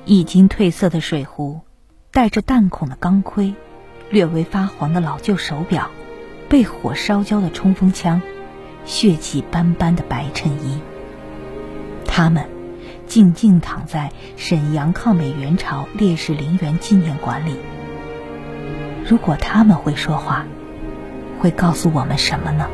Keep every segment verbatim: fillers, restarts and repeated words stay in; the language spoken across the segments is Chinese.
已经褪色的水壶，带着弹孔的钢盔，略微发黄的老旧手表，被火烧焦的冲锋枪，血迹斑斑的白衬衣。他们静静躺在沈阳抗美援朝烈士陵园纪念馆里。如果他们会说话，会告诉我们什么呢？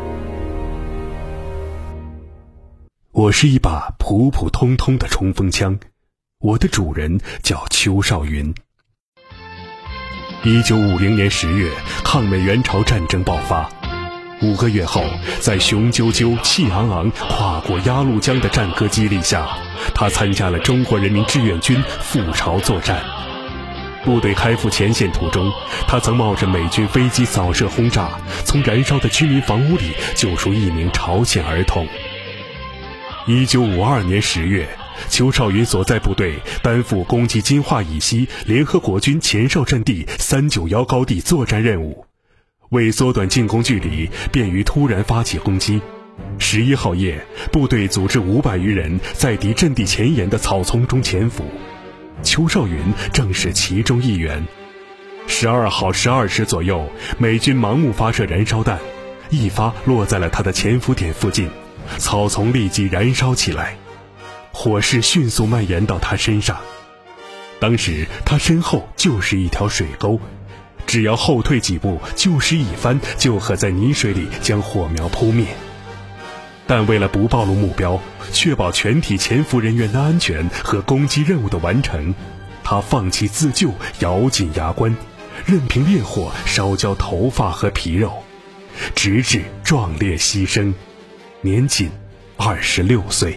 我是一把普普通通的冲锋枪，我的主人叫邱少云。一九五零年十月，抗美援朝战争爆发。五个月后，在雄赳赳、气昂昂跨过鸭绿江的战歌激励下，他参加了中国人民志愿军赴朝作战。部队开赴前线途中，他曾冒着美军飞机扫射轰炸，从燃烧的居民房屋里救出一名朝鲜儿童。一九五二年十月，邱少云所在部队担负攻击金华以西联合国军前哨阵地三九一高地作战任务。为缩短进攻距离，便于突然发起攻击。十一号夜，部队组织五百余人在敌阵地前沿的草丛中潜伏，邱少云正是其中一员。十二号十二时左右，美军盲目发射燃烧弹，一发落在了他的潜伏点附近，草丛立即燃烧起来，火势迅速蔓延到他身上。当时他身后就是一条水沟，只要后退几步，就施一番，就可在泥水里将火苗扑灭。但为了不暴露目标，确保全体潜伏人员的安全和攻击任务的完成，他放弃自救，咬紧牙关，任凭烈火烧焦头发和皮肉，直至壮烈牺牲，年仅二十六岁。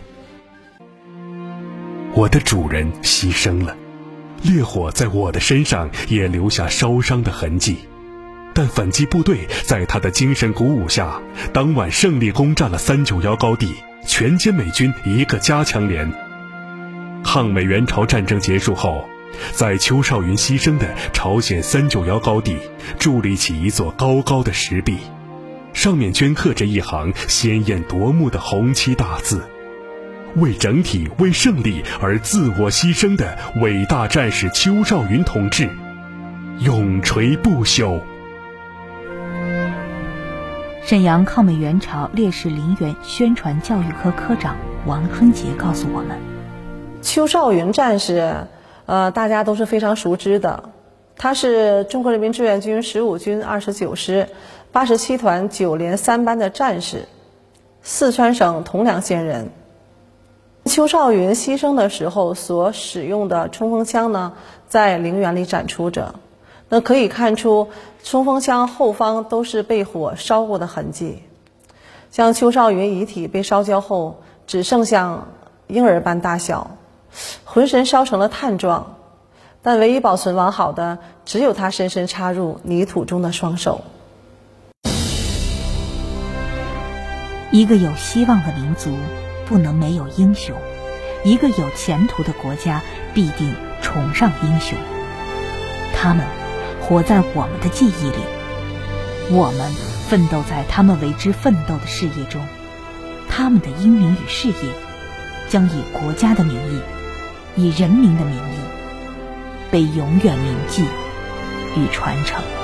我的主人牺牲了，烈火在我的身上也留下烧伤的痕迹，但反击部队在他的精神鼓舞下，当晚胜利攻占了三九一高地，全歼美军一个加强连。抗美援朝战争结束后，在邱少云牺牲的朝鲜三九一高地筑立起一座高高的石壁，上面镌刻着一行鲜艳夺目的红漆大字：为整体、为胜利而自我牺牲的伟大战士邱少云同志，永垂不朽。 沈阳抗美援朝烈士陵园宣传教育科科长王春杰告诉我们， 邱少云战士，呃，大家都是非常熟知的。他是中国人民志愿军十五军二十九师八十七团九连三班的战士，四川省铜梁县人。邱少云牺牲的时候所使用的冲锋枪呢，在陵园里展出着。那可以看出，冲锋枪后方都是被火烧过的痕迹。像邱少云遗体被烧焦后，只剩下婴儿般大小，浑身烧成了炭状，但唯一保存完好的，只有他深深插入泥土中的双手。 一个有希望的民族不能没有英雄，一个有前途的国家必定崇尚英雄。他们活在我们的记忆里，我们奋斗在他们为之奋斗的事业中，他们的英名与事业将以国家的名义，以人民的名义，被永远铭记与传承。